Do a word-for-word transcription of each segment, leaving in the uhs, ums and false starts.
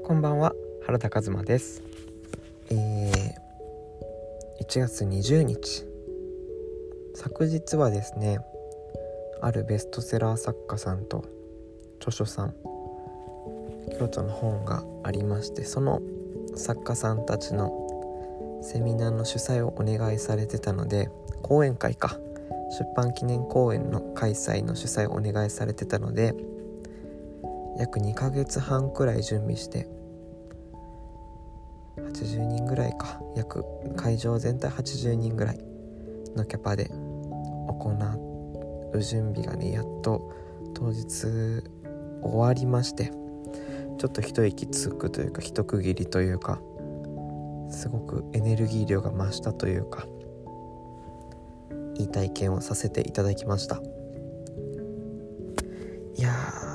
こんばんは、原田和馬です。えー、いちがつにじゅうにち、昨日はですね、あるベストセラー作家さんと著書さん、京都の本がありまして、その作家さんたちのセミナーの主催をお願いされてたので、講演会か出版記念講演の開催の主催をお願いされてたので、約にかげつはんくらい準備してはちじゅうにんぐらいか約会場全体はちじゅうにんぐらいのキャパで行う準備がね、やっと当日終わりまして、ちょっと一息つくというか一区切りというか、すごくエネルギー量が増したというか、いい体験をさせていただきました。いやー、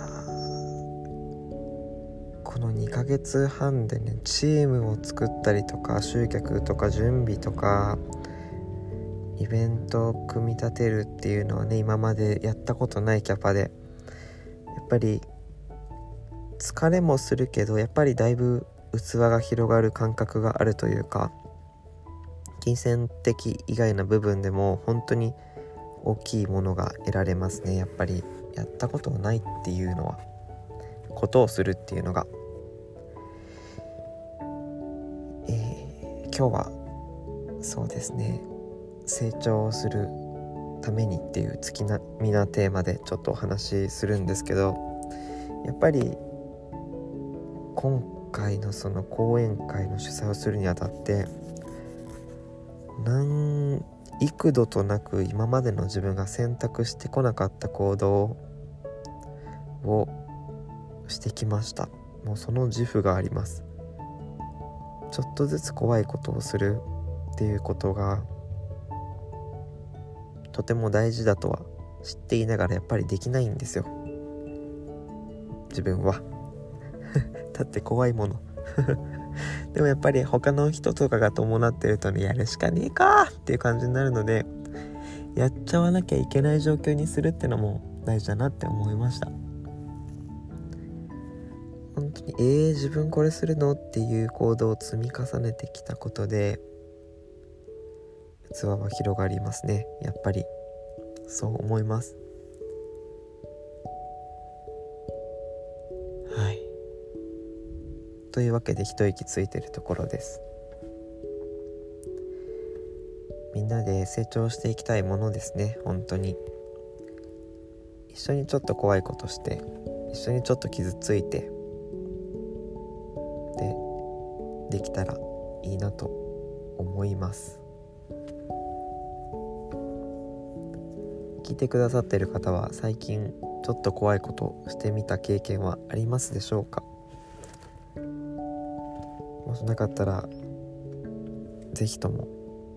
このにかげつはんでね、チームを作ったりとか集客とか準備とかイベントを組み立てるっていうのはね、今までやったことないキャパで、やっぱり疲れもするけど、やっぱりだいぶ器が広がる感覚があるというか、金銭的以外の部分でも本当に大きいものが得られますね。やっぱりやったことないっていうのは、ことをするっていうのが、えー、今日はそうですね、成長するためにっていう月並みなテーマでちょっとお話しするんですけど、やっぱり今回のその講演会の主催をするにあたって、何幾度となく今までの自分が選択してこなかった行動をしてきました。もうその自負があります。ちょっとずつ怖いことをするっていうことがとても大事だとは知っていながら、やっぱりできないんですよ、自分はだって怖いものでもやっぱり他の人とかが伴ってるとね、やるしかねえかっていう感じになるので、やっちゃわなきゃいけない状況にするってのも大事だなって思いました。本当にえー、自分これするのっていう行動を積み重ねてきたことで、器は広がりますね。やっぱりそう思います。はい、というわけで一息ついてるところです。みんなで成長していきたいものですね。本当に一緒にちょっと怖いことして、一緒にちょっと傷ついてでできたらいいなと思います。聞いてくださっている方は、最近ちょっと怖いことをしてみた経験はありますでしょうか？もしなかったらぜひとも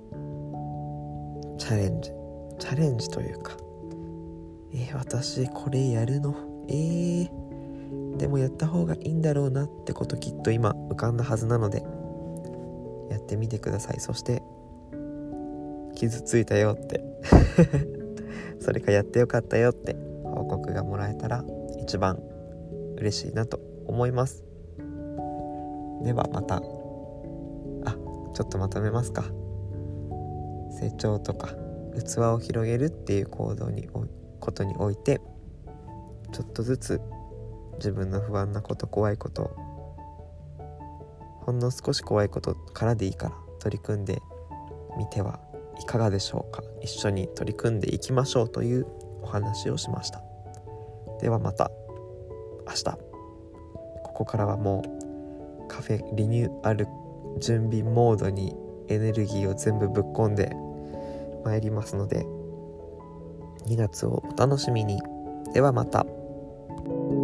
チャレンジチャレンジというか、えー、私これやるのえー、でもやった方がいいんだろうなってこと、きっと今浮かんだはずなのでやってみてください。そして傷ついたよってそれかやってよかったよって報告がもらえたら一番嬉しいなと思います。ではまた。あ、ちょっとまとめますか。成長とか器を広げるっていう行動にことにおいて、ちょっとずつ自分の不安なこと、怖いこと、ほんの少し怖いことからでいいから取り組んでみてはいかがでしょうか。一緒に取り組んでいきましょうというお話をしました。ではまた明日。ここからはもうカフェリニューアル準備モードにエネルギーを全部ぶっ込んで参りますので、にがつをお楽しみに。ではまた。